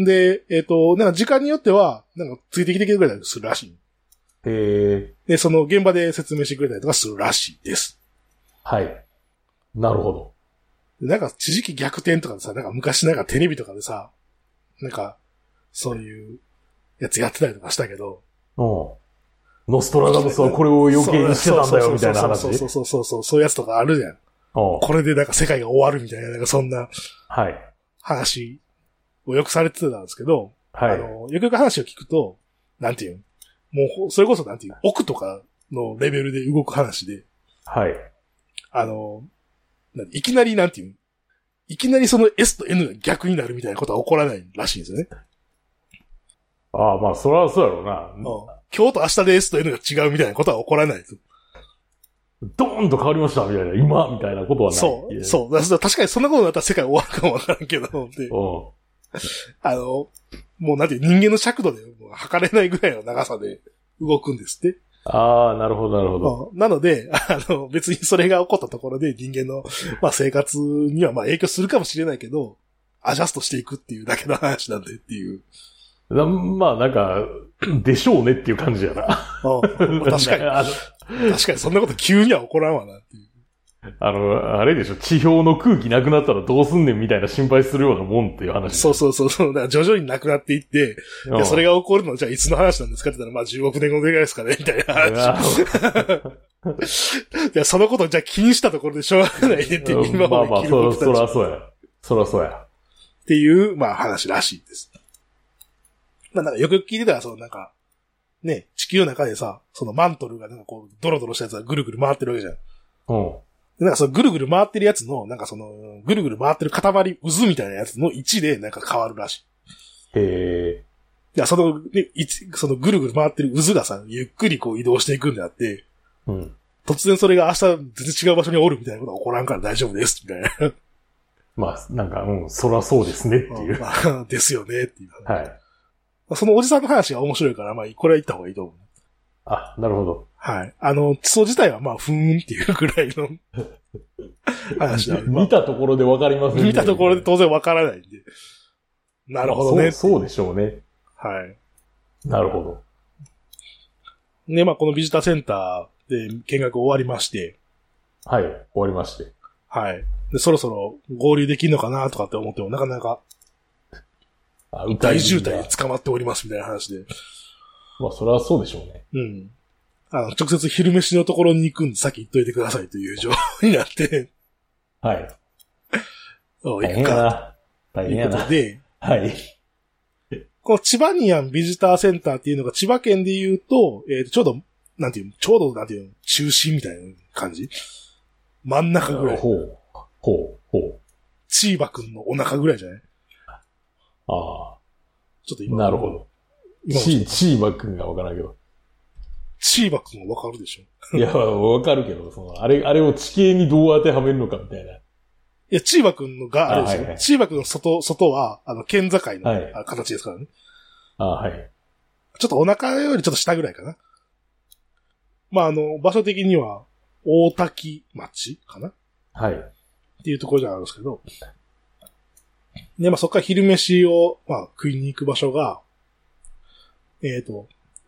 で、えっと、なんか時間によっては、なんかついてきてくれたりするらしい。 へえ。 で、その現場で説明してくれたりとかするらしいです。 はい。なるほど。 なんか知識逆転とかでさ、なんか昔なんかテレビとかでさ、なんか、そういうやつやってたりとかしたけど。 うん。ノストラダムスはこれを余計にしてたんだよ、みたいな話。 そうそうそうそうそう、そういうやつとかあるじゃん。これでなんか世界が終わるみたいな、なんかそんな、はい。話をよくされてたんですけど、はい。あの、よくよく話を聞くと、なんていうもう、それこそなんていう奥とかのレベルで動く話で、はい。あの、いきなりなんていういきなりその S と N が逆になるみたいなことは起こらないらしいんですよね。ああ、まあ、それはそうやろうな。 うん、今日と明日で S と N が違うみたいなことは起こらないです。 ドーンと変わりましたみたいな、今みたいなことはない。 そう、そう。確かにそんなことになったら世界終わるかもわからんけど、であの、もうなんていう人間の尺度で測れないぐらいの長さで動くんですって。 ああ、なるほど、なるほど。 なので、あの、別にそれが起こったところで人間の、まあ、生活にはまあ影響するかもしれないけど、アジャストしていくっていうだけの話なんでっていう。 まあ、なんか、でしょうねっていう感じやな。 うん、まあ、確かに。確かにそんなこと急には起こらんわなっていう。 あの、あれでしょ、地表の空気なくなったらどうすんねんみたいな心配するようなもんっていう話。 そうそうそうそう。だから徐々になくなっていって、うん、それが起こるのはじゃあいつの話なんですかって言ったら、まあじゅうおくねんごぐらいですかねみたいな話。いや、そのことじゃあ気にしたところでしょうがないねっていう、今まで生きる僕たち。まあまあ、そ、そらそうや。そらそうや。 っていう、まあ話らしいです。まあなんかよく聞いてたら、そのなんか、ね、地球の中でさ、そのマントルがなんかこう、ドロドロしたやつがぐるぐる回ってるわけじゃん。うん。なんかそのぐるぐる回ってるやつの、なんかその、ぐるぐる回ってる塊、渦みたいなやつの位置でなんか変わるらしい。へー。いや、その、ね、そのぐるぐる回ってる渦がさ、ゆっくりこう移動していくんであって、うん。突然それが明日全然違う場所におるみたいなことは起こらんから大丈夫です、みたいな。 まあ、なんか、うん、そらそうですねっていう。 まあ、ですよねっていう。 はい。 そのおじさんの話が面白いから、まあ、これは言った方がいいと思う。 あ、なるほど。 はい。あの、地層自体はまあ、ふーんっていうくらいの話だ、 まあ。見たところでわかりますね。 見たところで当然わからないんで。なるほどね、まあ、 そう。そうでしょうね。 はい。 なるほど。 で、まあ、このビジターセンターで見学終わりまして。 はい、終わりまして。 はい。で、そろそろ合流できんのかなとかって思っても、なかなか、大渋滞に捕まっておりますみたいな話で。 まあ、それはそうでしょうね。 うん。あの、直接昼飯のところに行くんで先行っといてくださいという情報になって。はい。 大変やな。大変やな。ということで、 はい。この千葉ニアンビジターセンターっていうのが千葉県で言うと、えっと、ちょうど、なんていうの、ちょうどなんていうの、中心みたいな感じ真ん中ぐらい。 ほう。ほう。ほう。 チーバくんのお腹ぐらいじゃない？ ああ。 ちょっと今。 なるほど。チー、チーバくんがわからんけど。 チーバくんはわかるでしょ？ いや、わかるけど、その、あれ、あれを地形にどう当てはめるのかみたいな。 いや、チーバくんのが、あれですよ。はいはい、チーバくんの外、外は、あの、県境の、はい、形ですからね。 あはい。 ちょっとお腹よりちょっと下ぐらいかな。まあ、あの、場所的には、大滝町かな？はい。っていうところじゃあるんですけど。で、まあ、そこから昼飯を、まあ、食いに行く場所が、えっと、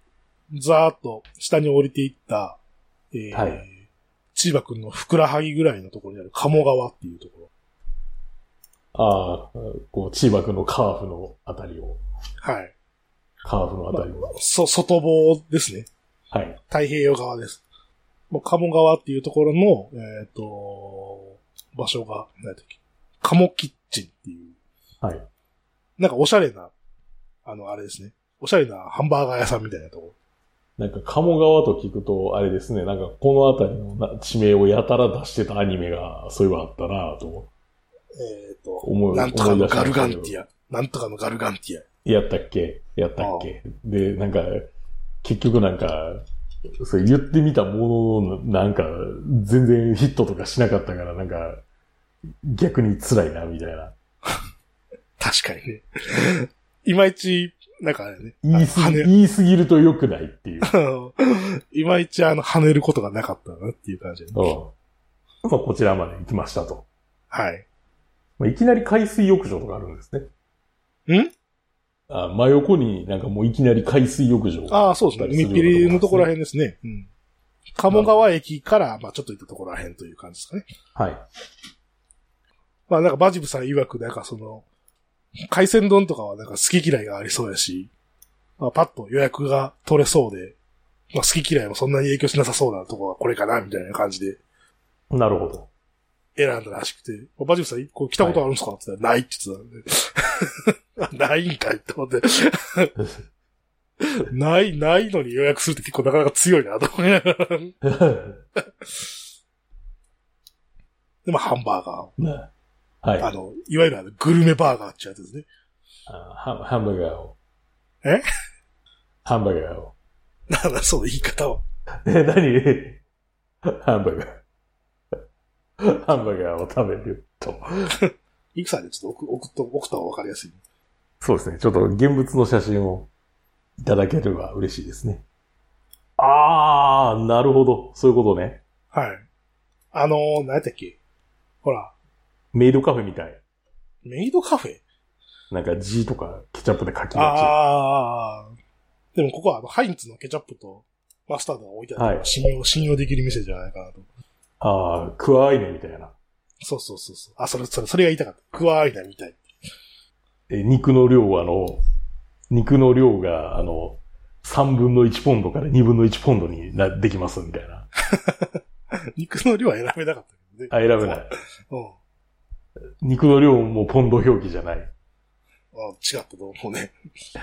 ざーっと下に降りていった、えー、はい。千葉くんのふくらはぎぐらいのところにある鴨川っていうところ。ああ、こう、千葉くんのカーフのあたりを。 はい。 カーフのあたりを。 まあ、そ、外房ですね。 はい。 太平洋側です。もう鴨川っていうところの、えっ、ー、と、場所が、何だっけ、鴨キッチンっていう。 はい。 なんかおしゃれな、あの、あれですね。おしゃれなハンバーガー屋さんみたいなところ。 なんか、鴨川と聞くと、あれですね、なんか、このあたりの地名をやたら出してたアニメが、そういえばあったなぁと。 えっ、ー、と、思い、なんとかのガルガンティア。なんとかのガルガンティア。 やったっけやったっけで、なんか、結局なんか、それ言ってみたものの、なんか、全然ヒットとかしなかったから、なんか、逆に辛いな、みたいな。 確かにね。いまいち、なんかあれね。 言いすぎ、言いすぎると良くないっていう。 いまいちあの、跳ねることがなかったなっていう感じで、ね。 うん。まあ、こちらまで行きましたと。 はい。 まあ、いきなり海水浴場とかあるんですね。んあ、真横になんかもういきなり海水浴場。 ああ、そうですね。海っぴりのところらへんですね。うん。鴨川駅から、まあちょっと行ったところらへんという感じですかね。 はい。 まあなんかバジブさん曰く、なんかその、海鮮丼とかはなんか好き嫌いがありそうやし、まあ、パッと予約が取れそうで、まあ好き嫌いもそんなに影響しなさそうなところはこれかな、みたいな感じで。 なるほど。 選んだらしくて、バジブさん、こう来たことあるんですかって言ったら、ないって言ってたんで。ないんかいって思って。ない、ないのに予約するって結構なかなか強いなと思いながら。でもハンバーガー。 ね、はい。 あの、いわゆるあのグルメバーガーってやつですね。 あハ, ハンバーガーを。 えハンバーガーを。 なんだ、その言い方は。 え、何ハンバーガー。ハンバーガーを食べると。 いくさんでちょっと送送っと、送った方がわかりやすい。 そうですね。ちょっと現物の写真をいただければ嬉しいですね。あー、なるほど。そういうことね。 はい。あのー、何やったっけほら。 メイドカフェみたい。 メイドカフェなんか G とかケチャップで書きがち。 あー。でもここはあの、ハインツのケチャップとマスタードが置いてあるから、はい、信用、信用できる店じゃないかなと。 ああ、クワアイナみたいな。 そうそうそうそう。あ、それ、それ、それが言いたかった。クワアイナみたい。 え、肉の量はあの、肉の量があの、さんぶんのいちポンドからにぶんのいちポンドにな、できますみたいな。 肉の量は選べなかったけどね。 あ、選べない。 うん。 肉の量もポンド表記じゃない。 あ、違ったと思うね。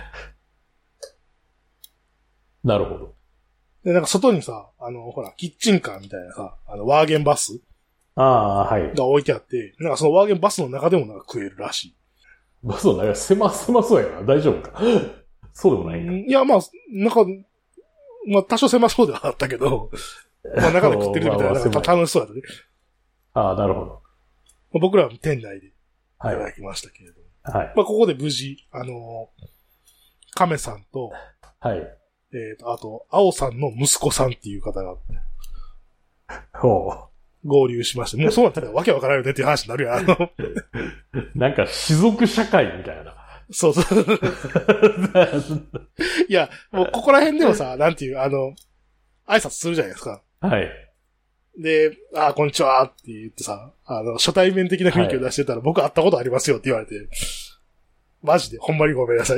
なるほど。 で、なんか外にさ、あの、ほら、キッチンカーみたいなさ、あの、ワーゲンバスああ、はい。 が置いてあって、なんかそのワーゲンバスの中でもなんか食えるらしい。 バスの中、狭、狭そうやな。大丈夫か。そうでもないんか。 いや、まあ、なんか、まあ、多少狭そうではあったけど、まあ、中で食ってるみたいな、なんか楽しそうやったね。 ああ、なるほど。まあ、僕らは店内でいただきましたけれども。 はい。 まあ、ここで無事、あの、亀さんと、 はい。 えっと、あと、青さんの息子さんっていう方が、 ほう。 合流しまして、もうそうなったらわけわからないよねっていう話になるやん。 なんか、士族社会みたいな。 そうそう。いや、もうここら辺でもさ、なんていう、あの、挨拶するじゃないですか。 はい。 で、ああ、こんにちはって言ってさ、あの、初対面的な雰囲気を出してたら、はい、僕会ったことありますよって言われて、マジで、ほんまにごめんなさいって。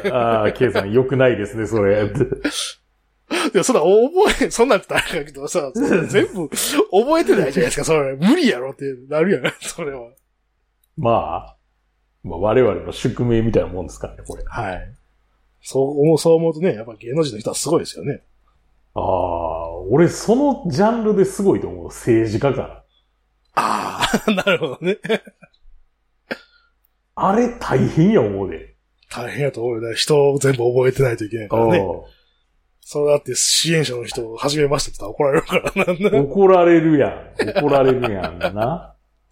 ああ、ケイさん良くないですね、それ。 いや、そんな覚え、そんなんって言ったらあれだけどさ、全部覚えてないじゃないですか、それ。無理やろってなるやん、それは。 まあ、まあ、我々の宿命みたいなもんですからね、これ。 はい。そう思う、そう思うとね、やっぱ芸能人の人はすごいですよね。 ああ、俺そのジャンルですごいと思う。政治家から。 ああ、なるほどね。 あれ大変や思うで。 大変やと思うよね。人を全部覚えてないといけないからね。そうだって支援者の人を始めましたって言ったら怒られるからな。 怒られるやん。怒られるやんな。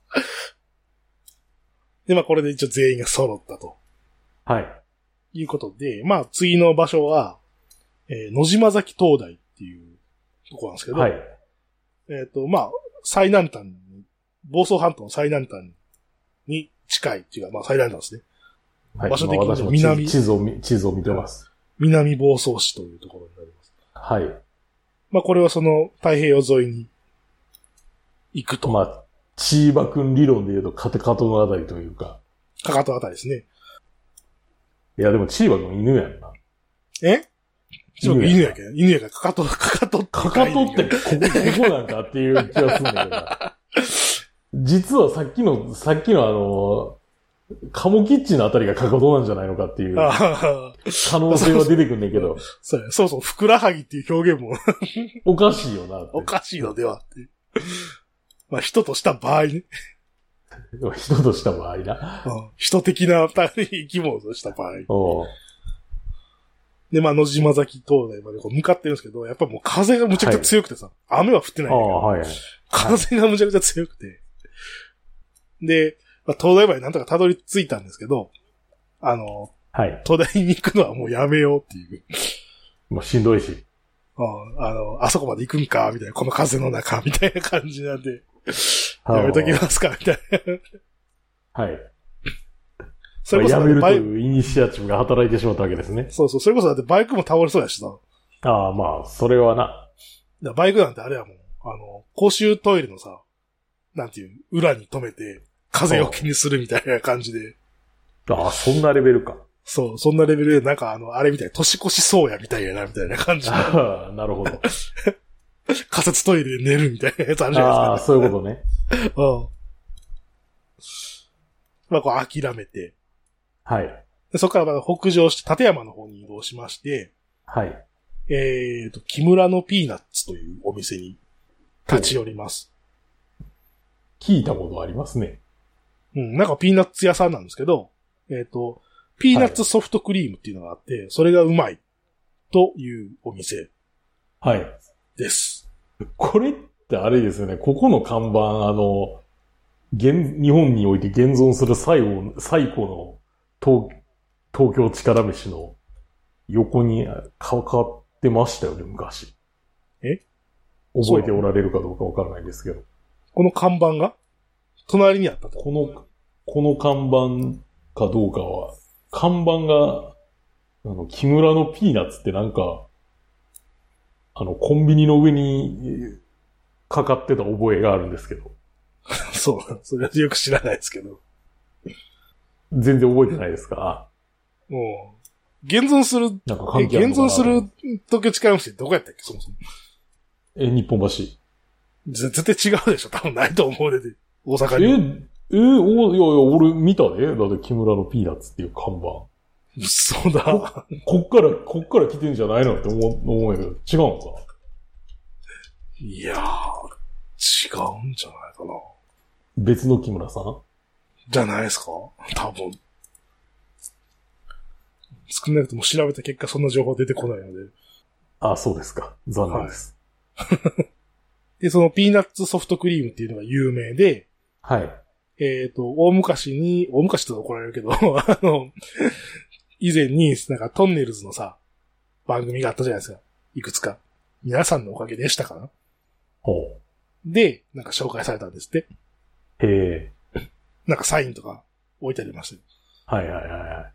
で、まあこれで一応全員が揃ったと。 はい。 いうことで、まあ次の場所は、えー、野島崎灯台っていうところなんですけど、 はい。 えっと、まあ、最南端に、房総半島の最南端に近いっていうか、まあ最南端ですね。 はい。 場所的には南、地図を見、地図を見てます。 南房総市というところになります。 はい。 まあこれはその太平洋沿いに行くと。 まあ、チーバくん理論で言うとカテカトのあたりというか。 かかとあたりですね。 いやでもチーバくん犬やんな。 えチーバくん犬やけん。犬やからかかと、かかとって。 かかとってここ、ここなんかっていう気がするんだけどな。実はさっきの、さっきのあの、カモキッチンのあたりがかかとなんじゃないのかっていう可能性は出てくんねんけど。 そう、そうそう、ふくらはぎっていう表現もおかしいよなって。 おかしいのではって。まあ人とした場合ね。 人とした場合な。 うん、人的な生き物とした場合。 おで、まあ、野島崎灯台までこう向かってるんですけど、やっぱもう風がむちゃくちゃ強くてさ、はい、雨は降ってないんだけど、はい、風がむちゃくちゃ強くて。で、まあ、灯台までなんとかたどり着いたんですけど、あの、はい、灯台に行くのはもうやめようっていう。 もうしんどいし。 うん、あの、あそこまで行くんか、みたいな、この風の中、みたいな感じなんで、やめときますか、みたいな。 はい。それこそ、ね、やめるというイニシアチブが働いてしまったわけですね。 そうそう、それこそだってバイクも倒れそうやしさ。 ああ、まあ、それはな。 バイクなんてあれやもん。あの、公衆トイレのさ、なんていう、裏に止めて、風を気にするみたいな感じで。 ああ、そんなレベルか。 そう、そんなレベルで、なんかあの、あれみたいな、年越しそうやみたいやな、みたいな感じで。 ああ、なるほど。 仮設トイレで寝るみたいなやつあるじゃないですか、ね。 ああ、そういうことね。 うん。まあ、こう諦めて。 はい。 でそこからまあ北上して立山の方に移動しまして、 はい。 えっと、木村のピーナッツというお店に立ち寄ります。 聞いたことありますね。 うん、なんかピーナッツ屋さんなんですけど、えっと、ピーナッツソフトクリームっていうのがあって、はい、それがうまいというお店。 はい。 です。 これってあれですよね、ここの看板、あの、現、日本において現存する最後、最古の東、東京力飯の横にかかってましたよね、昔。 え？ 覚えておられるかどうかわからないですけど。 この看板が隣にあったと。 この、この看板かどうかは、看板が、あの、木村のピーナッツってなんか、あの、コンビニの上にかかってた覚えがあるんですけど。 そう、それはよく知らないですけど。 全然覚えてないですか？ うん。現存する、 なんか関係あるのかな？ 現存する東京力飯ってどこやったっけ、そもそも。 え、日本橋。 絶対違うでしょ、多分ないと思うで、で大阪に。 え、え、お、いやいや、俺見たで。だって木村のピーナッツっていう看板。 嘘だ。 こ、こっから、こっから来てんじゃないのって思う、思うけど、違うのか？ いやー、違うんじゃないかな。 別の木村さん？ じゃないですか？多分。少なくとも調べた結果そんな情報出てこないので。 ああ、そうですか。残念です。 はい、で、そのピーナッツソフトクリームっていうのが有名で、 はい。 えっと、大昔に、大昔って怒られるけど、あの、以前に、なんかトンネルズのさ、番組があったじゃないですか。いくつか。皆さんのおかげでしたかな？ ほう。 で、なんか紹介されたんですって。 へえ。 なんかサインとか置いてありました。 はいはいはいはい。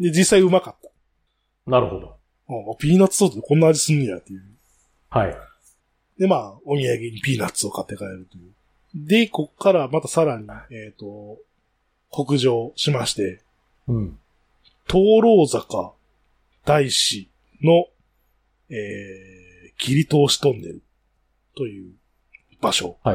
で、実際うまかった。 なるほど。 あ、ピーナッツソースでこんな味すんねやっていう。 はい。 で、まあ、お土産にピーナッツを買って帰るという。で、こっからまたさらに、えっと、北上しまして、 うん。 灯籠坂大師の、えー、切り通しトンネルという場所。 はい。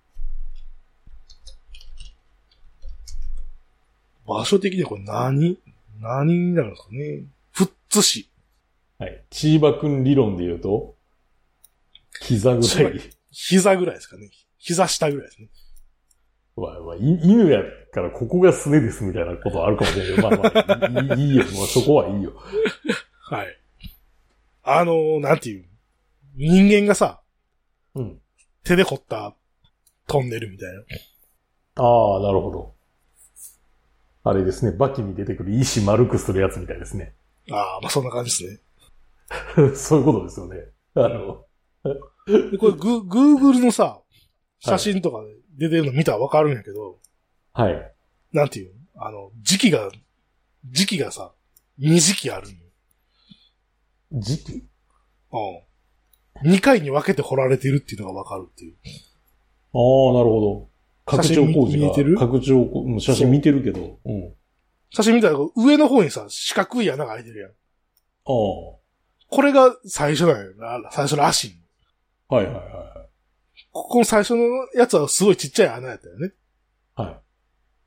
場所的にはこれ何何になるんですかね。富津市。 はい。チーバくん理論で言うと、膝ぐらい。 膝ぐらいですかね。膝下ぐらいですね。 まあまあ、犬やからここがすねですみたいなことはあるかもしれないけど、まあまあ、いい、いいよ。まあそこはいいよ。 はい。あのー、なんていう、人間がさ、 うん。 手で掘ったトンネルみたいな。 ああ、なるほど。あれですね、バキに出てくる石丸くするやつみたいですね。 ああ、まあそんな感じですね。そういうことですよね。あの、 でこれグ、Google のさ、写真とかで出てるの見たらわかるんやけど、 はい。 なんていうあの、時期が、時期がさ、二時期あるの。 時期？ うん。にかいに分けて掘られてるっていうのがわかるっていう。 ああ、なるほど。拡張工事が。 写真見てる？ 拡張工事、写真見てるけど。うん。 写真見たら上の方にさ、四角い穴が開いてるやん。ああ。 これが最初なんよな。最初らしい。 はいはいはい。 ここの最初のやつはすごいちっちゃい穴やったよね。 はい。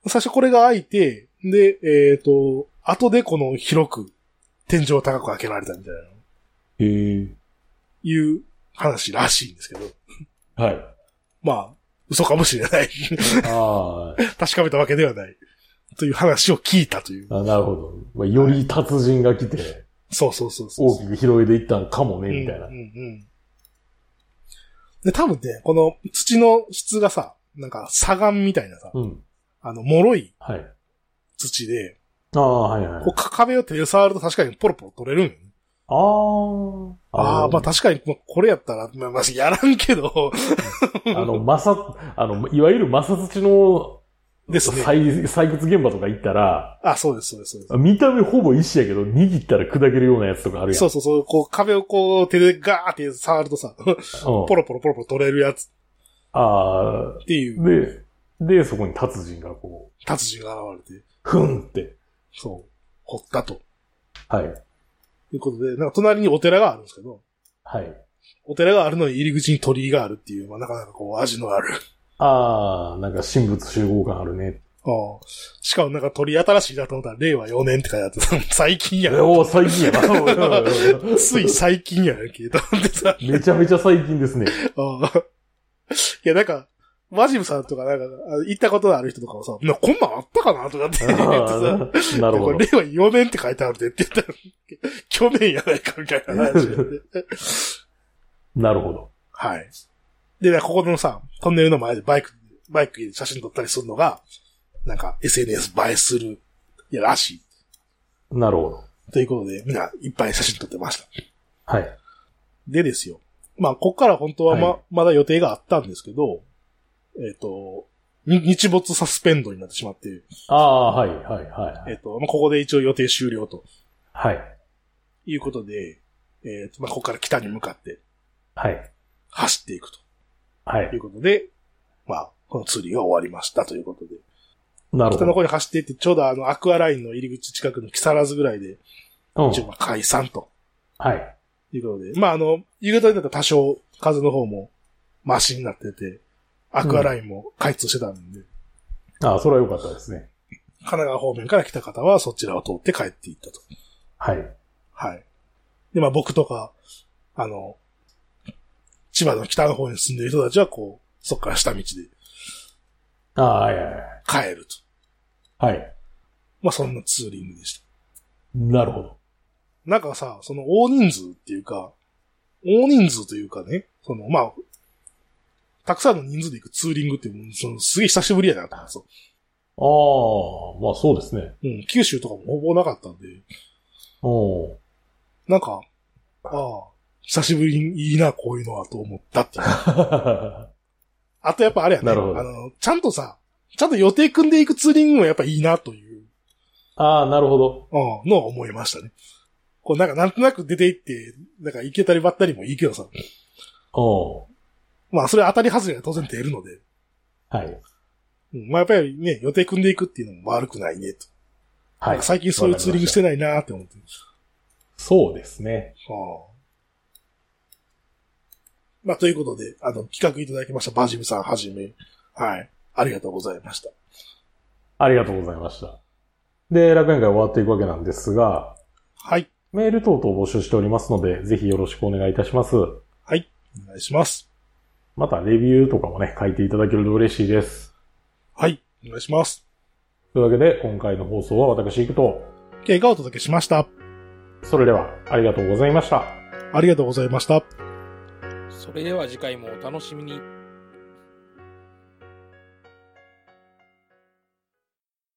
最初これが開いて、で、えっと、後でこの広く天井を高く開けられたみたいな。へえ。 いう話らしいんですけど。 はい。 まあ、嘘かもしれない。あ確かめたわけではない。という話を聞いたという。 あ、なるほど。まあ、より達人が来て、はい、 そうそうそうそう。 大きく広げていったのかもね、みたいな。 うんうんうん。で、多分ね、この土の質がさ、なんか砂岩みたいなさ、うん、あの、脆い土で、はい、 ああ、はいはい。 こう壁を手で触ると確かにポロポロ取れるんよね。ああ。ああ、まあ確かに、これやったら、まあ、やらんけど。 あの、まさ、あの、いわゆるまさ土の、 ですね。 採、採掘現場とか行ったら、 あ、そうです、そうです、そうです。 見た目ほぼ一緒やけど、握ったら砕けるようなやつとかあるやん。 そうそうそう、こう壁をこう手でガーって触るとさ、うん、ポロポロポロポロ取れるやつ。 ああ。 っていう。 で、で、そこに達人がこう。達人が現れて。 ふんって。 そう。掘ったと。 はい。 ということで、なんか隣にお寺があるんですけど。 はい。 お寺があるのに入り口に鳥居があるっていう、まあなかなかこう味のある。 ああ、なんか神仏集合感あるね。 ああ。しかもなんか鳥居新しいなと思ったら、れいわよねんって書いてあって、最近やな。おお、最近やな。 つい最近やな、けど。 めちゃめちゃ最近ですね。 ああ。いや、なんか、マジムさんとかなんか、行ったことのある人とかもさ、なこんなんあったかなとかって言ってさ、なるほど。れいわよねんって書いてあるでって言ったら、去年やないかみたいな話で。 なるほど。 はい。で、ここのさ、トンネルの前でバイク、バイクで写真撮ったりするのが、なんか エスエヌエス 映えする、いや、らしい。 なるほど。 ということで、みんないっぱい写真撮ってました。 はい。 でですよ。まあ、こっから本当はま、はい、まだ予定があったんですけど、えっ、ー、と、日没サスペンドになってしまって。 ああ、はい、はい、はい。 えっ、ー、と、まあ、ここで一応予定終了と。 はい。 いうことで、えっ、ー、と、まあ、ここから北に向かって。 はい。 走っていくと。 はい。 いうことで、まあ、このツーリーが終わりましたということで。 なるほど。 北の方に走っていって、ちょうどあの、アクアラインの入り口近くの木更津ぐらいで、うん、一応、まあ、解散と。 はい。 いうことで。まあ、あの、夕方になったら多少、風の方も、マシになってて、アクアラインも開通してたんで。 うん、ああ、それは良かったですね。 神奈川方面から来た方はそちらを通って帰っていったと。 はい。 はい。で、まあ僕とか、あの、千葉の北の方に住んでる人たちはこう、そっから下道で。 ああ、はいはいはい。 帰ると。 はい。 まあそんなツーリングでした。 なるほど。 なんかさ、その大人数っていうか、大人数というかね、その、まあ、たくさんの人数で行くツーリングっていうのそのすげえ久しぶりやなと思うんですよ。 ああ、まあそうですね。 うん、九州とかもほぼなかったんで。 おー。 なんか、ああ、久しぶりにいいな、こういうのはと思ったっていう。あとやっぱあれやね。なるほど。あの、ちゃんとさ、ちゃんと予定組んでいくツーリングもやっぱいいなという。 ああ、なるほど。 うん、のは思いましたね。こうなんかなんとなく出て行って、なんか行けたりばったりもいいけどさ。 おー。 まあそれ当たり外れが当然出るので。 はい。 うん、まあやっぱりね、予定組んでいくっていうのも悪くないね、と。はい。最近そういうツーリングしてないなーって思って。 そうですね。 はあ。まあということで、あの、企画いただきましたバジムさんはじめ。はい。ありがとうございました。 ありがとうございました。で、楽園会終わっていくわけなんですが。 はい。 メール等々募集しておりますので、ぜひよろしくお願いいたします。 はい。お願いします。 また、レビューとかもね、書いていただけると嬉しいです。 はい。お願いします。 というわけで、今回の放送は私、行くと、 ケイがお届けしました。 それでは、ありがとうございました。 ありがとうございました。 それでは次回もお楽しみに。